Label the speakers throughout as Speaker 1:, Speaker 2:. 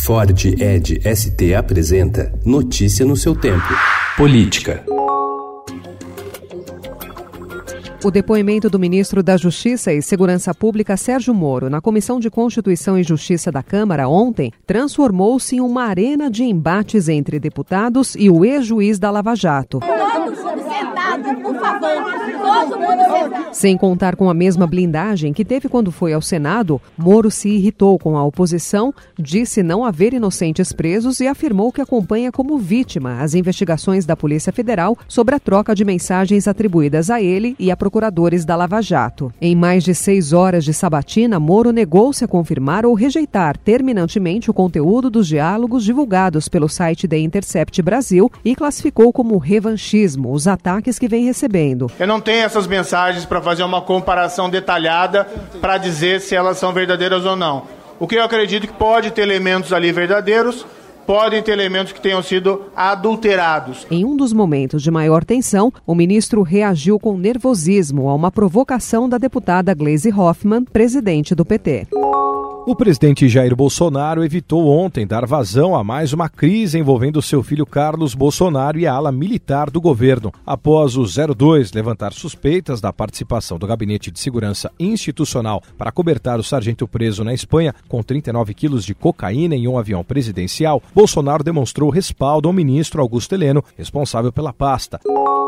Speaker 1: Ford Edge ST apresenta Notícia no seu tempo. Política.
Speaker 2: O depoimento do ministro da Justiça e Segurança Pública, Sérgio Moro, na Comissão de Constituição e Justiça da Câmara ontem, transformou-se em uma arena de embates entre deputados e o ex-juiz da Lava Jato.
Speaker 3: Todo mundo sentado, por favor. Todo mundo sentado.
Speaker 2: Sem contar com a mesma blindagem que teve quando foi ao Senado, Moro se irritou com a oposição, disse não haver inocentes presos e afirmou que acompanha como vítima as investigações da Polícia Federal sobre a troca de mensagens atribuídas a ele e a procuradores da Lava Jato. Em mais de 6 horas de sabatina, Moro negou-se a confirmar ou rejeitar terminantemente o conteúdo dos diálogos divulgados pelo site The Intercept Brasil e classificou como revanchismo os ataques que vem recebendo.
Speaker 4: Eu não tenho essas mensagens para fazer uma comparação detalhada para dizer se elas são verdadeiras ou não. O que eu acredito que pode ter elementos ali verdadeiros, podem ter elementos que tenham sido adulterados.
Speaker 2: Em um dos momentos de maior tensão, o ministro reagiu com nervosismo a uma provocação da deputada Gleisi Hoffmann, presidente do PT.
Speaker 5: O presidente Jair Bolsonaro evitou ontem dar vazão a mais uma crise envolvendo seu filho Carlos Bolsonaro e a ala militar do governo, após o 02 levantar suspeitas da participação do Gabinete de Segurança Institucional para cobertar o sargento preso na Espanha com 39 quilos de cocaína em um avião presidencial. Bolsonaro demonstrou respaldo ao ministro Augusto Heleno, responsável pela pasta.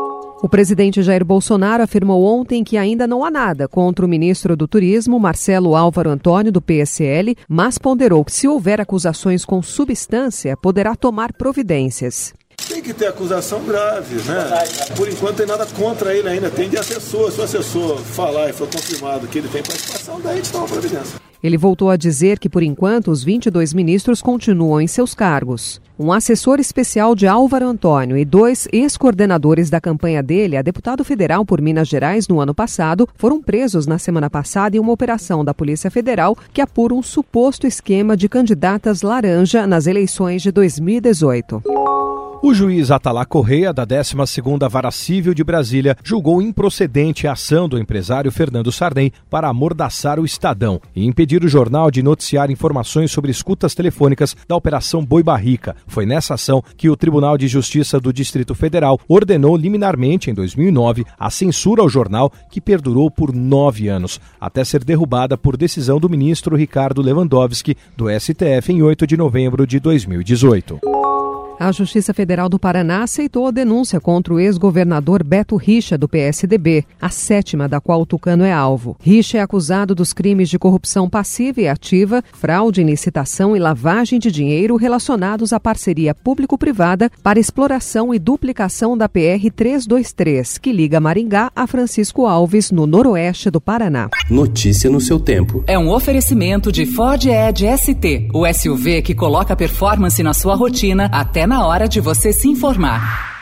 Speaker 2: O presidente Jair Bolsonaro afirmou ontem que ainda não há nada contra o ministro do Turismo, Marcelo Álvaro Antônio, do PSL, mas ponderou que se houver acusações com substância, poderá tomar providências.
Speaker 6: Tem que ter acusação grave, né? Por enquanto tem nada contra ele ainda, tem de assessor. Se o assessor falar e for confirmado que ele tem participação, daí a gente toma providência.
Speaker 2: Ele voltou a dizer que, por enquanto, os 22 ministros continuam em seus cargos. Um assessor especial de Álvaro Antônio e 2 ex-coordenadores da campanha dele, a deputado federal por Minas Gerais no ano passado, foram presos na semana passada em uma operação da Polícia Federal que apura um suposto esquema de candidatas laranja nas eleições de 2018.
Speaker 5: O juiz Atalá Correia, da 12ª Vara Civil de Brasília, julgou improcedente a ação do empresário Fernando Sarney para amordaçar o Estadão e impedir o jornal de noticiar informações sobre escutas telefônicas da Operação Boi Barrica. Foi nessa ação que o Tribunal de Justiça do Distrito Federal ordenou liminarmente, em 2009, a censura ao jornal, que perdurou por 9 anos, até ser derrubada por decisão do ministro Ricardo Lewandowski, do STF, em 8 de novembro de 2018.
Speaker 2: A Justiça Federal do Paraná aceitou a denúncia contra o ex-governador Beto Richa, do PSDB, a 7ª da qual o Tucano é alvo. Richa é acusado dos crimes de corrupção passiva e ativa, fraude em licitação e lavagem de dinheiro relacionados à parceria público-privada para exploração e duplicação da PR-323, que liga Maringá a Francisco Alves, no noroeste do Paraná.
Speaker 1: Notícia no seu tempo.
Speaker 7: É um oferecimento de Ford Edge ST, o SUV que coloca performance na sua rotina até na hora de você se informar.